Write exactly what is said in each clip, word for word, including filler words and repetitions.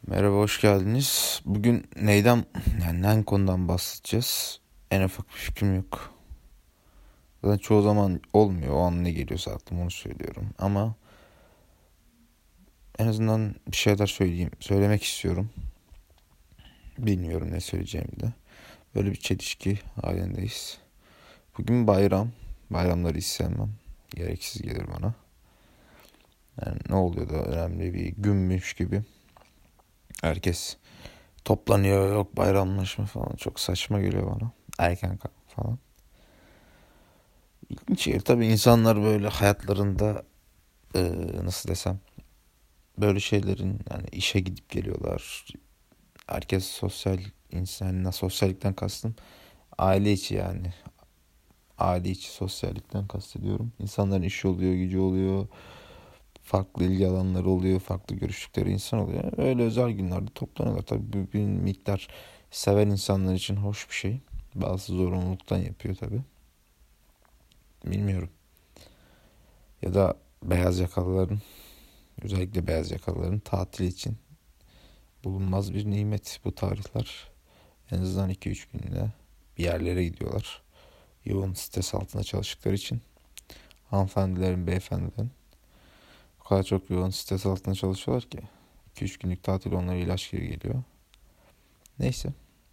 Merhaba, hoş geldiniz. Bugün neyden, yani ne konudan bahsedeceğiz? En ufak bir fikrim yok. Zaten çoğu zaman olmuyor. O an ne geliyorsa aklıma onu söylüyorum. Ama en azından bir şeyler söyleyeyim, söylemek istiyorum. Bilmiyorum ne söyleyeceğimi de. Böyle bir çelişki halindeyiz. Bugün bayram. Bayramları hiç sevmem. Gereksiz gelir bana. Yani ne oluyor da önemli bir günmüş gibi. Herkes toplanıyor, yok bayramlaşma falan. Çok saçma geliyor bana. Erken kalk falan. İlginç şey. Tabii insanlar böyle hayatlarında e, nasıl desem böyle şeylerin, yani işe gidip geliyorlar. Herkes sosyal insan, sosyallikten kastım aile içi yani. Aile içi sosyallikten kastediyorum. İnsanların işi oluyor, gücü oluyor. Farklı ilgi alanları oluyor. Farklı görüştükleri insan oluyor. Öyle özel günlerde toplanıyorlar. Tabii bu bir miktar seven insanlar için hoş bir şey. Bazı zorunluluktan yapıyor tabii. Bilmiyorum. Ya da beyaz yakalıların, özellikle beyaz yakalıların tatil için bulunmaz bir nimet bu tarihler. En azından iki üç günde bir yerlere gidiyorlar. Yoğun stres altında çalıştıkları için hanımefendilerin, beyefendilerin o kadar çok yoğun stres altında çalışıyorlar ki iki üç günlük tatil onlara ilaç gibi geliyor. Neyse,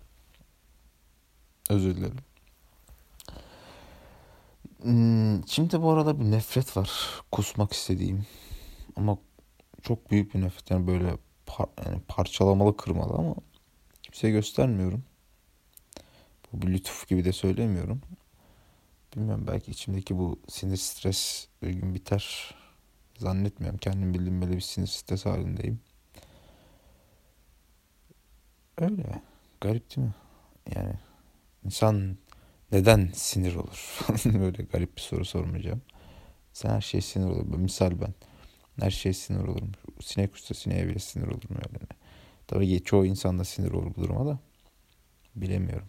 özür dilerim. Hmm, Şimdi bu arada bir nefret var. Kusmak istediğim ama çok büyük bir nefret. Yani böyle par- yani parçalamalı, kırmalı ama kimseye göstermiyorum. Bu bir lütuf gibi de söylemiyorum. Bilmiyorum, belki içimdeki bu sinir stres bir gün biter. Zannetmiyorum. Kendim bildiğim böyle bir sinir stres halindeyim. Öyle. Garip değil mi? Yani insan neden sinir olur? Böyle garip bir soru sormayacağım. Sen her şeye sinir olur. Misal ben her şeye sinir olurum. Sinek uçsa sineğe bile sinir olurum öyle. Tabii ki çoğu insan da sinir olur bu duruma da. Bilemiyorum.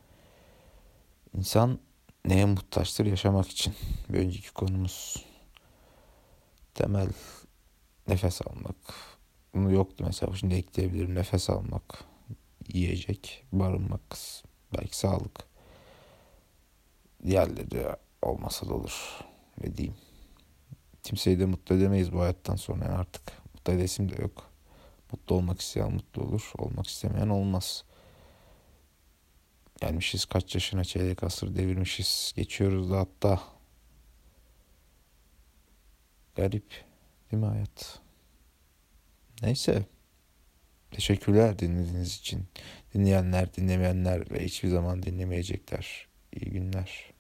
İnsan neye muhtaçtır yaşamak için? Bir önceki konumuz temel nefes almak. Bunu yoktu mesela. Şimdi ekleyebilirim. Nefes almak, yiyecek, barınmak, belki sağlık. Diğerleri olmasa da olur. Ve diyeyim. Kimseyi de mutlu edemeyiz bu hayattan sonra. Yani artık mutlu edesim de yok. Mutlu olmak isteyen mutlu olur. Olmak istemeyen olmaz. Gelmişiz kaç yaşına, çeyrek asır devirmişiz. Geçiyoruz da hatta. Garip değil mi hayat? Neyse. Teşekkürler dinlediğiniz için. Dinleyenler, dinlemeyenler ve hiçbir zaman dinlemeyecekler. İyi günler.